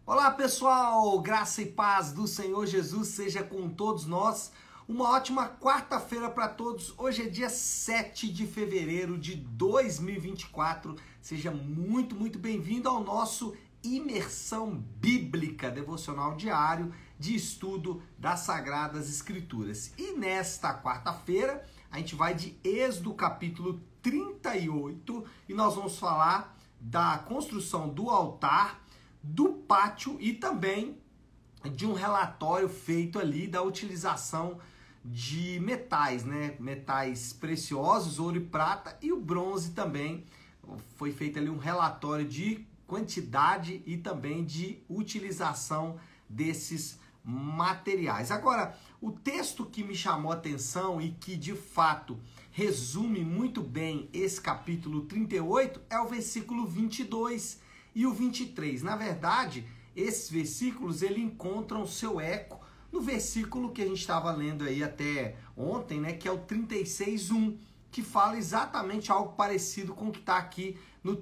Olá pessoal, graça e paz do Senhor Jesus seja com todos nós. Uma ótima quarta-feira para todos. Hoje é dia 7 de fevereiro de 2024. Seja muito bem-vindo ao nosso Imersão Bíblica Devocional Diário de Estudo das Sagradas Escrituras. E nesta quarta-feira a gente vai de Êxodo capítulo 38 e nós vamos falar da construção do altar, do pátio e também de um relatório feito ali da utilização de metais, né? Metais preciosos, ouro e prata, e o bronze também. Foi feito ali um relatório de quantidade e também de utilização desses materiais. Agora, o texto que me chamou a atenção e que de fato resume muito bem esse capítulo 38 é o versículo 22 e o 23. Na verdade, esses versículos ele encontram seu eco no versículo que a gente estava lendo aí até ontem, né, que é o 36:1, que fala exatamente algo parecido com o que está aqui no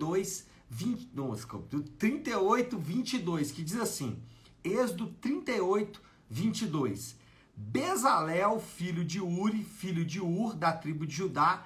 38:22, que diz assim: Êxodo 38:22. Bezalel, filho de Uri, filho de Ur, da tribo de Judá,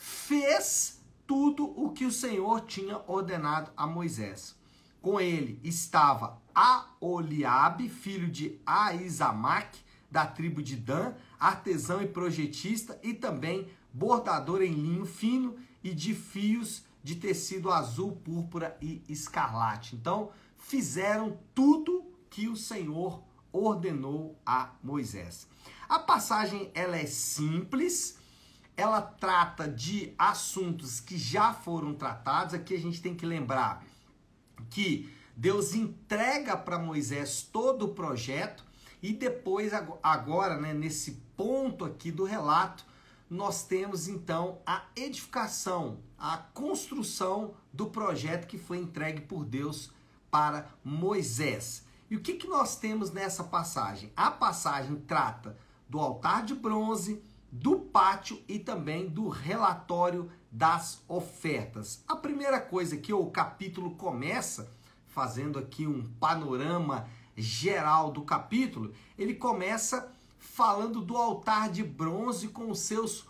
fez tudo o que o Senhor tinha ordenado a Moisés. Com ele estava Aholiabe, filho de Aizamaque, da tribo de Dan, artesão e projetista, e também bordador em linho fino e de fios de tecido azul, púrpura e escarlate. Então, fizeram tudo que o Senhor ordenou a Moisés. A passagem ela é simples. Ela trata de assuntos que já foram tratados. Aqui a gente tem que lembrar que Deus entrega para Moisés todo o projeto e depois, agora, né, nesse ponto aqui do relato, nós temos então a edificação, a construção do projeto que foi entregue por Deus para Moisés. E o que nós temos nessa passagem? A passagem trata do altar de bronze, do pátio e também do relatório das ofertas. A primeira coisa que o capítulo começa, fazendo aqui um panorama geral do capítulo, ele começa falando do altar de bronze com os seus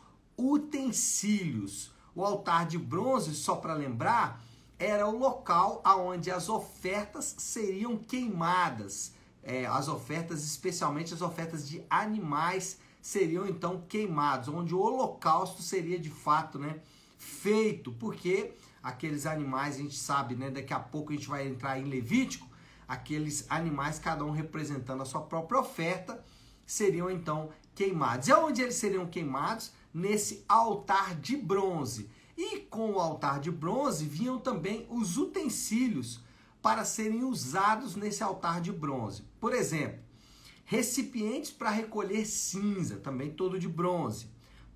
utensílios. O altar de bronze, só para lembrar, era o local onde as ofertas seriam queimadas. As ofertas, especialmente as ofertas de animais, seriam então queimados, onde o holocausto seria de fato, né, feito, porque aqueles animais, a gente sabe, né, daqui a pouco a gente vai entrar em Levítico, aqueles animais, cada um representando a sua própria oferta, seriam então queimados. E onde eles seriam queimados? Nesse altar de bronze. E com o altar de bronze vinham também os utensílios para serem usados nesse altar de bronze. Por exemplo, recipientes para recolher cinza, também todo de bronze.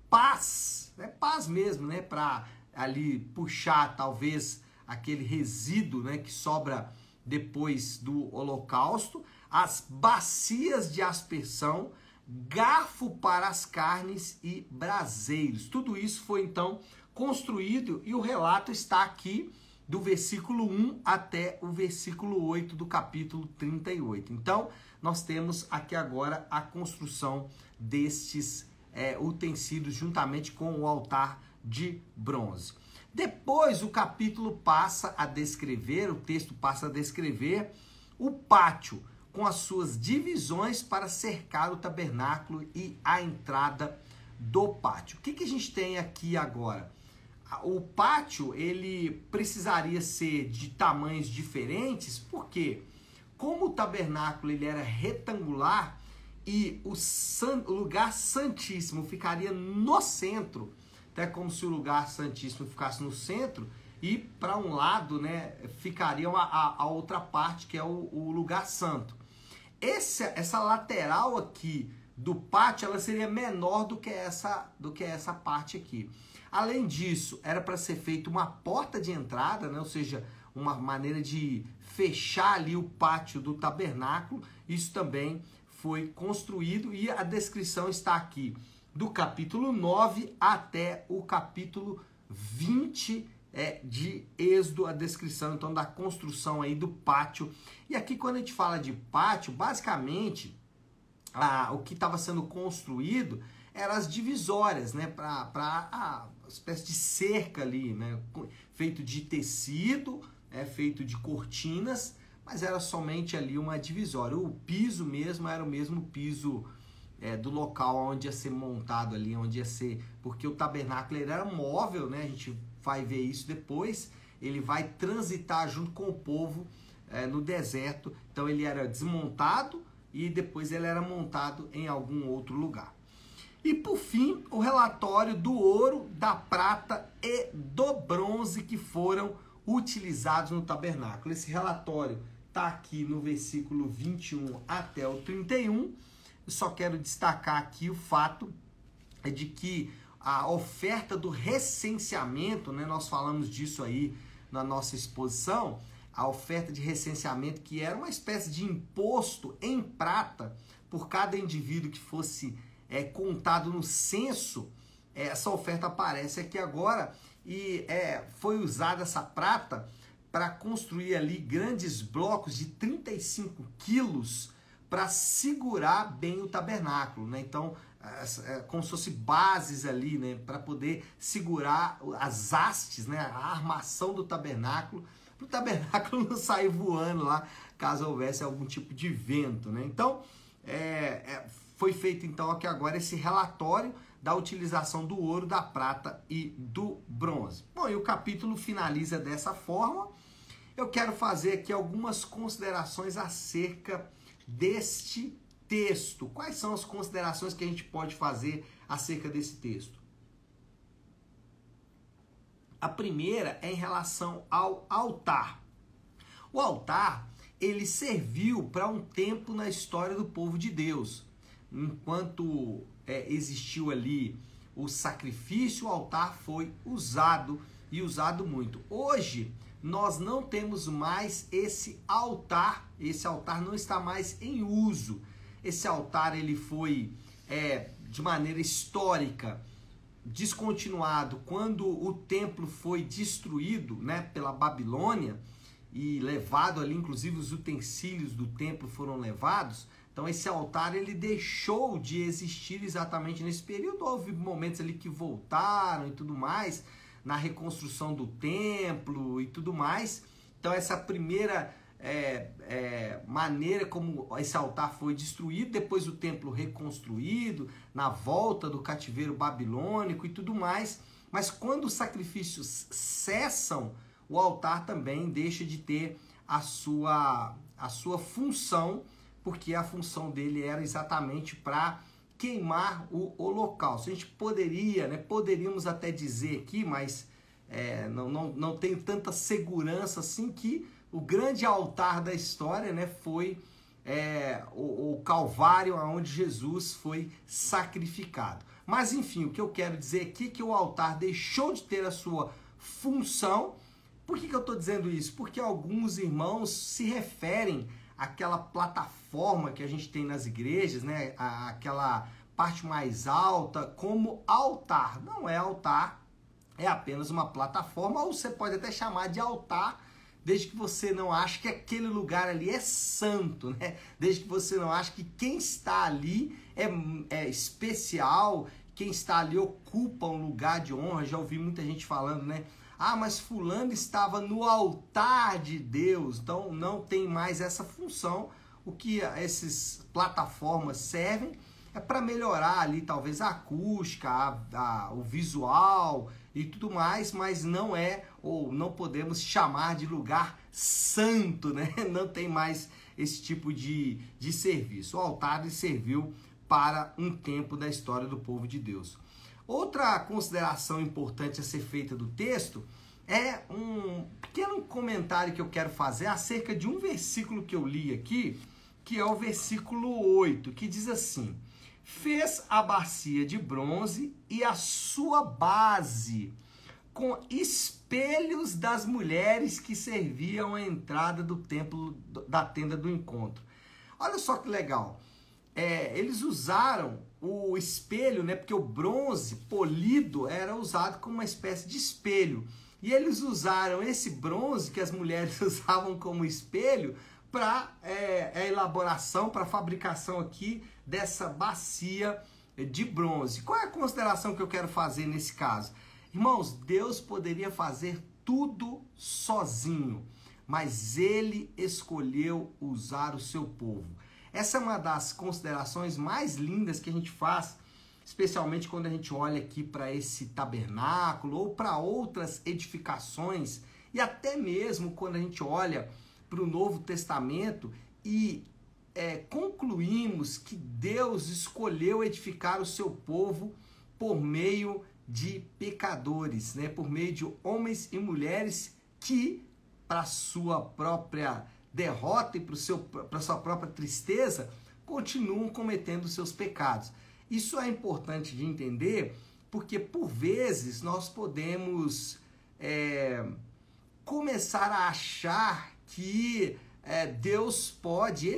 Pás, né? Pás mesmo, né? Para ali puxar talvez aquele resíduo, né, que sobra depois do holocausto. As bacias de aspersão, garfo para as carnes e braseiros. Tudo isso foi então construído e o relato está aqui do versículo 1 até o versículo 8 do capítulo 38. Então, nós temos aqui agora a construção destes utensílios juntamente com o altar de bronze. Depois o capítulo passa a descrever, o texto passa a descrever o pátio com as suas divisões para cercar o tabernáculo e a entrada do pátio. O que a gente tem aqui agora? O pátio ele precisaria ser de tamanhos diferentes, porque como o tabernáculo ele era retangular e o lugar santíssimo ficaria no centro, até como se o lugar santíssimo ficasse no centro e para um lado, né, ficaria a outra parte que é o lugar santo. Essa lateral aqui do pátio ela seria menor do que essa parte aqui. Além disso, era para ser feita uma porta de entrada, né? Ou seja, uma maneira de fechar ali o pátio do tabernáculo. Isso também foi construído e a descrição está aqui do capítulo 9 até o capítulo 20 de Êxodo, a descrição então da construção aí do pátio. E aqui quando a gente fala de pátio, basicamente o que estava sendo construído eram as divisórias, né, para a espécie de cerca ali, né, feito de tecido, feito de cortinas, mas era somente ali uma divisória. O piso mesmo era o mesmo piso do local onde ia ser montado ali, onde ia ser, porque o tabernáculo ele era móvel, né? A gente vai ver isso depois. Ele vai transitar junto com o povo no deserto. Então ele era desmontado e depois ele era montado em algum outro lugar. E por fim, o relatório do ouro, da prata e do bronze que foram utilizados no tabernáculo. Esse relatório está aqui no versículo 21 até o 31. Eu só quero destacar aqui o fato de que a oferta do recenseamento, né, nós falamos disso aí na nossa exposição, a oferta de recenseamento, que era uma espécie de imposto em prata por cada indivíduo que fosse contado no censo, essa oferta aparece aqui agora e foi usada essa prata para construir ali grandes blocos de 35 quilos para segurar bem o tabernáculo, né? Então, como se fosse bases ali, né? Para poder segurar as hastes, né? A armação do tabernáculo, para o tabernáculo não sair voando lá, caso houvesse algum tipo de vento, né? Então, foi feito então aqui agora esse relatório da utilização do ouro, da prata e do bronze. Bom, e o capítulo finaliza dessa forma. Eu quero fazer aqui algumas considerações acerca deste texto. Quais são as considerações que a gente pode fazer acerca desse texto? A primeira é em relação ao altar. O altar, ele serviu para um tempo na história do povo de Deus. Enquanto existiu ali o sacrifício, o altar foi usado e usado muito. Hoje, nós não temos mais esse altar não está mais em uso. Esse altar ele foi, de maneira histórica, descontinuado quando o templo foi destruído, né, pela Babilônia e levado ali, inclusive os utensílios do templo foram levados. Então esse altar ele deixou de existir exatamente nesse período. Houve momentos ali que voltaram e tudo mais, na reconstrução do templo e tudo mais. Então essa primeira maneira como esse altar foi destruído, depois o templo reconstruído, na volta do cativeiro babilônico e tudo mais. Mas quando os sacrifícios cessam, o altar também deixa de ter a sua função, porque a função dele era exatamente para queimar o holocausto. A gente poderíamos até dizer aqui, mas não tenho tanta segurança assim, que o grande altar da história, né, foi o Calvário, onde Jesus foi sacrificado. Mas enfim, o que eu quero dizer aqui é que o altar deixou de ter a sua função. Por que eu estou dizendo isso? Porque alguns irmãos se referem àquela plataforma que a gente tem nas igrejas, né, aquela parte mais alta, como altar. Não é altar, é apenas uma plataforma, ou você pode até chamar de altar, desde que você não ache que aquele lugar ali é santo, né? Desde que você não ache que quem está ali é especial, quem está ali ocupa um lugar de honra. Já ouvi muita gente falando, né? Ah, mas fulano estava no altar de Deus, então não tem mais essa função. O que essas plataformas servem é para melhorar ali talvez a acústica, o visual e tudo mais, mas não ou não podemos chamar de lugar santo, né? Não tem mais esse tipo de serviço. O altar serviu para um tempo da história do povo de Deus. Outra consideração importante a ser feita do texto é um pequeno comentário que eu quero fazer acerca de um versículo que eu li aqui, que é o versículo 8, que diz assim: fez a bacia de bronze e a sua base com espelhos das mulheres que serviam à entrada do templo, da tenda do encontro. Olha só que legal. Eles usaram o espelho, né? Porque o bronze polido era usado como uma espécie de espelho. E eles usaram esse bronze que as mulheres usavam como espelho para a elaboração, para a fabricação aqui dessa bacia de bronze. Qual é a consideração que eu quero fazer nesse caso? Irmãos, Deus poderia fazer tudo sozinho, mas Ele escolheu usar o seu povo. Essa é uma das considerações mais lindas que a gente faz, especialmente quando a gente olha aqui para esse tabernáculo ou para outras edificações, e até mesmo quando a gente olha para o Novo Testamento e concluímos que Deus escolheu edificar o seu povo por meio de pecadores, né? Por meio de homens e mulheres que, para sua própria derrota e para sua própria tristeza, continuam cometendo seus pecados. Isso é importante de entender, porque por vezes nós podemos começar a achar que Deus pode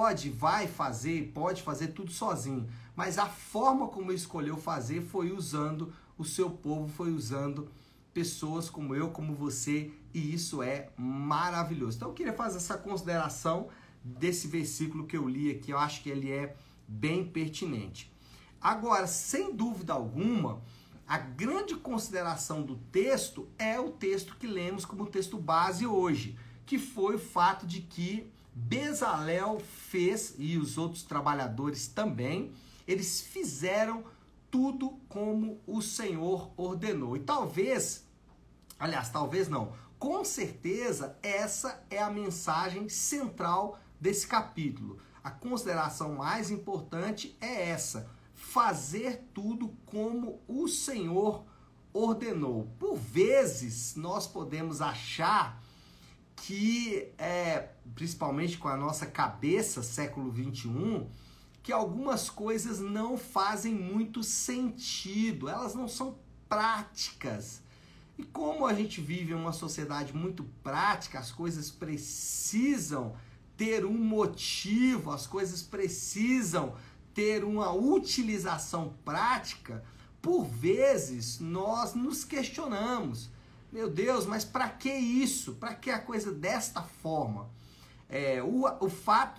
fazer tudo sozinho, mas a forma como ele escolheu fazer foi usando o seu povo, foi usando pessoas como eu, como você, e isso é maravilhoso. Então eu queria fazer essa consideração desse versículo que eu li aqui, eu acho que ele é bem pertinente. Agora, sem dúvida alguma, a grande consideração do texto é o texto que lemos como texto base hoje, que foi o fato de que Bezalel fez, e os outros trabalhadores também, eles fizeram tudo como o Senhor ordenou. E talvez não, com certeza essa é a mensagem central desse capítulo. A consideração mais importante é essa: fazer tudo como o Senhor ordenou. Por vezes nós podemos achar que, principalmente com a nossa cabeça, século 21, que algumas coisas não fazem muito sentido, elas não são práticas. E como a gente vive em uma sociedade muito prática, as coisas precisam ter um motivo, as coisas precisam ter uma utilização prática, por vezes nós nos questionamos: meu Deus, mas para que isso? Para que a coisa desta forma? O fato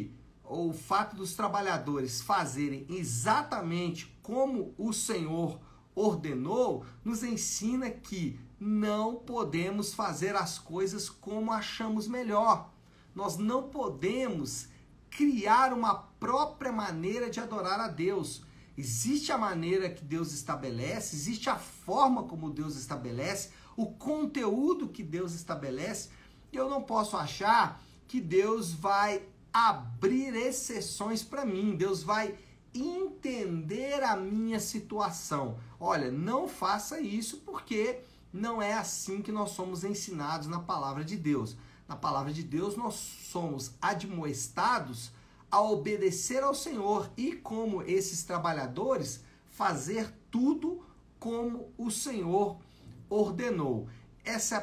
dos trabalhadores fazerem exatamente como o Senhor ordenou, nos ensina que não podemos fazer as coisas como achamos melhor. Nós não podemos criar uma própria maneira de adorar a Deus. Existe a maneira que Deus estabelece, existe a forma como Deus estabelece, o conteúdo que Deus estabelece, e eu não posso achar que Deus vai abrir exceções para mim, Deus vai entender a minha situação. Olha, não faça isso, porque não é assim que nós somos ensinados na palavra de Deus. Na palavra de Deus nós somos admoestados a obedecer ao Senhor e, como esses trabalhadores, fazer tudo como o Senhor ordenou. Essa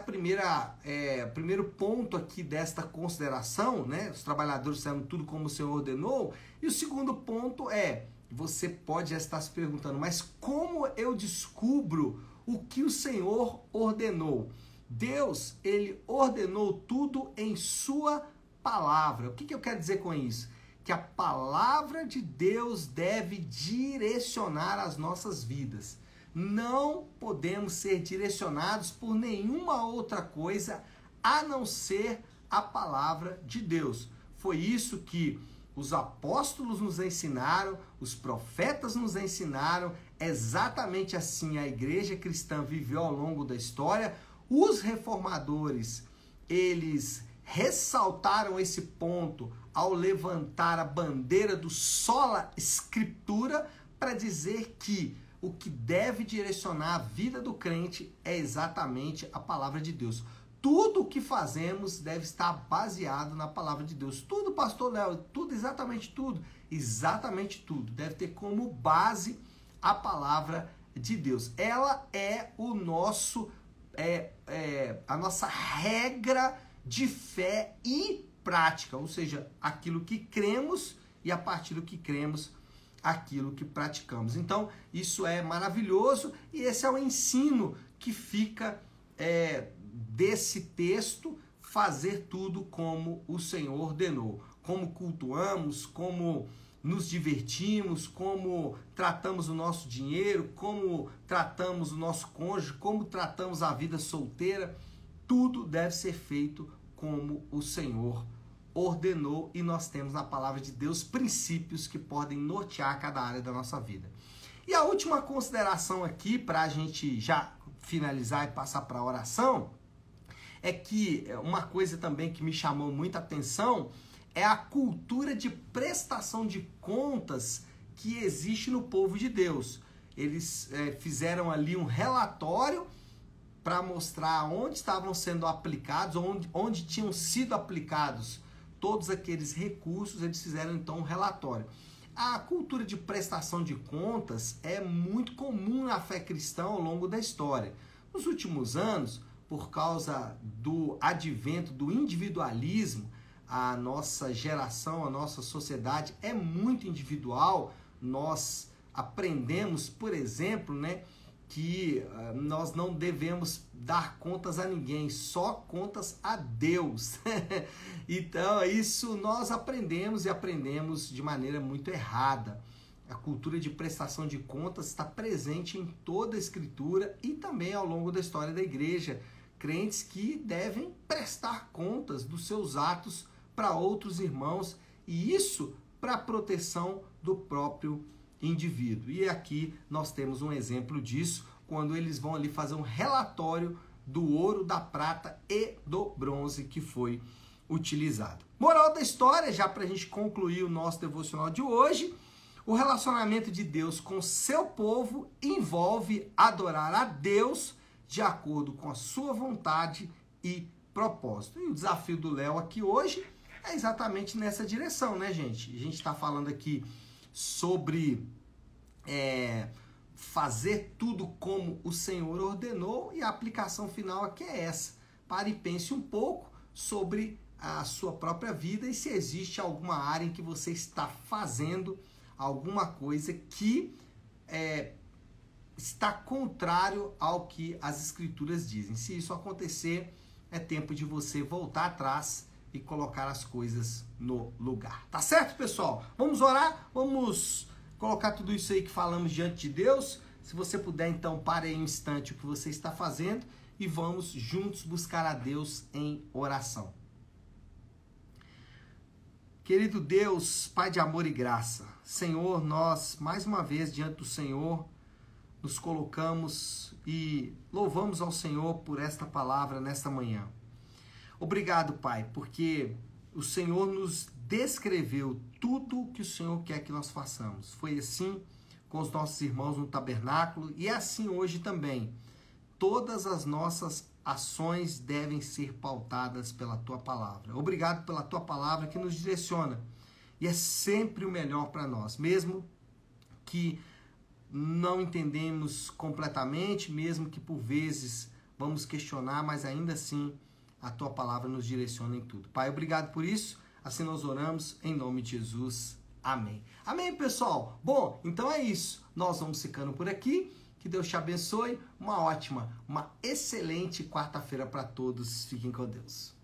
é o primeiro ponto aqui desta consideração, né? Os trabalhadores fizeram tudo como o Senhor ordenou. E o segundo ponto você pode já estar se perguntando: mas como eu descubro o que o Senhor ordenou? Deus, ele ordenou tudo em sua palavra. O que eu quero dizer com isso? Que a palavra de Deus deve direcionar as nossas vidas. Não podemos ser direcionados por nenhuma outra coisa a não ser a palavra de Deus. Foi isso que os apóstolos nos ensinaram, os profetas nos ensinaram, exatamente assim a igreja cristã viveu ao longo da história. Os reformadores, eles ressaltaram esse ponto ao levantar a bandeira do sola scriptura para dizer que o que deve direcionar a vida do crente é exatamente a palavra de Deus. Tudo o que fazemos deve estar baseado na palavra de Deus. Tudo, pastor Léo, tudo, exatamente tudo. Exatamente tudo. Deve ter como base a palavra de Deus. Ela é o nosso, a nossa regra de fé e prática. Ou seja, aquilo que cremos e a partir do que cremos, aquilo que praticamos. Então, isso é maravilhoso e esse é o ensino que fica desse texto, fazer tudo como o Senhor ordenou. Como cultuamos, como nos divertimos, como tratamos o nosso dinheiro, como tratamos o nosso cônjuge, como tratamos a vida solteira, tudo deve ser feito como o Senhor ordenou, e nós temos na palavra de Deus princípios que podem nortear cada área da nossa vida. E a última consideração aqui, para a gente já finalizar e passar para a oração, é que uma coisa também que me chamou muita atenção é a cultura de prestação de contas que existe no povo de Deus. Eles fizeram ali um relatório para mostrar onde estavam sendo aplicados, onde tinham sido aplicados todos aqueles recursos. Eles fizeram então um relatório. A cultura de prestação de contas é muito comum na fé cristã ao longo da história. Nos últimos anos, por causa do advento do individualismo, a nossa geração, a nossa sociedade é muito individual. Nós aprendemos, por exemplo, que nós não devemos dar contas a ninguém, só contas a Deus. Então, isso nós aprendemos, e aprendemos de maneira muito errada. A cultura de prestação de contas está presente em toda a Escritura e também ao longo da história da igreja. Crentes que devem prestar contas dos seus atos para outros irmãos, e isso para a proteção do próprio indivíduo. E aqui nós temos um exemplo disso, quando eles vão ali fazer um relatório do ouro, da prata e do bronze que foi utilizado. Moral da história, já para a gente concluir o nosso devocional de hoje: o relacionamento de Deus com seu povo envolve adorar a Deus de acordo com a sua vontade e propósito. E o desafio do Léo aqui hoje é exatamente nessa direção, né, gente? A gente está falando aqui sobre fazer tudo como o Senhor ordenou, e a aplicação final aqui é essa. Pare e pense um pouco sobre a sua própria vida e se existe alguma área em que você está fazendo alguma coisa que está contrário ao que as Escrituras dizem. Se isso acontecer, é tempo de você voltar atrás e colocar as coisas no lugar. Tá certo, pessoal? Vamos orar? Vamos colocar tudo isso aí que falamos diante de Deus. Se você puder, então, pare aí um instante o que você está fazendo e vamos juntos buscar a Deus em oração. Querido Deus, Pai de amor e graça, Senhor, nós, mais uma vez, diante do Senhor, nos colocamos e louvamos ao Senhor por esta palavra nesta manhã. Obrigado, Pai, porque o Senhor nos descreveu tudo o que o Senhor quer que nós façamos. Foi assim com os nossos irmãos no tabernáculo e é assim hoje também. Todas as nossas ações devem ser pautadas pela Tua palavra. Obrigado pela Tua palavra que nos direciona e é sempre o melhor para nós, mesmo que não entendemos completamente, mesmo que por vezes vamos questionar, mas ainda assim a Tua palavra nos direciona em tudo. Pai, obrigado por isso. Assim nós oramos em nome de Jesus. Amém. Amém, pessoal? Bom, então é isso. Nós vamos ficando por aqui. Que Deus te abençoe. Uma excelente quarta-feira para todos. Fiquem com Deus.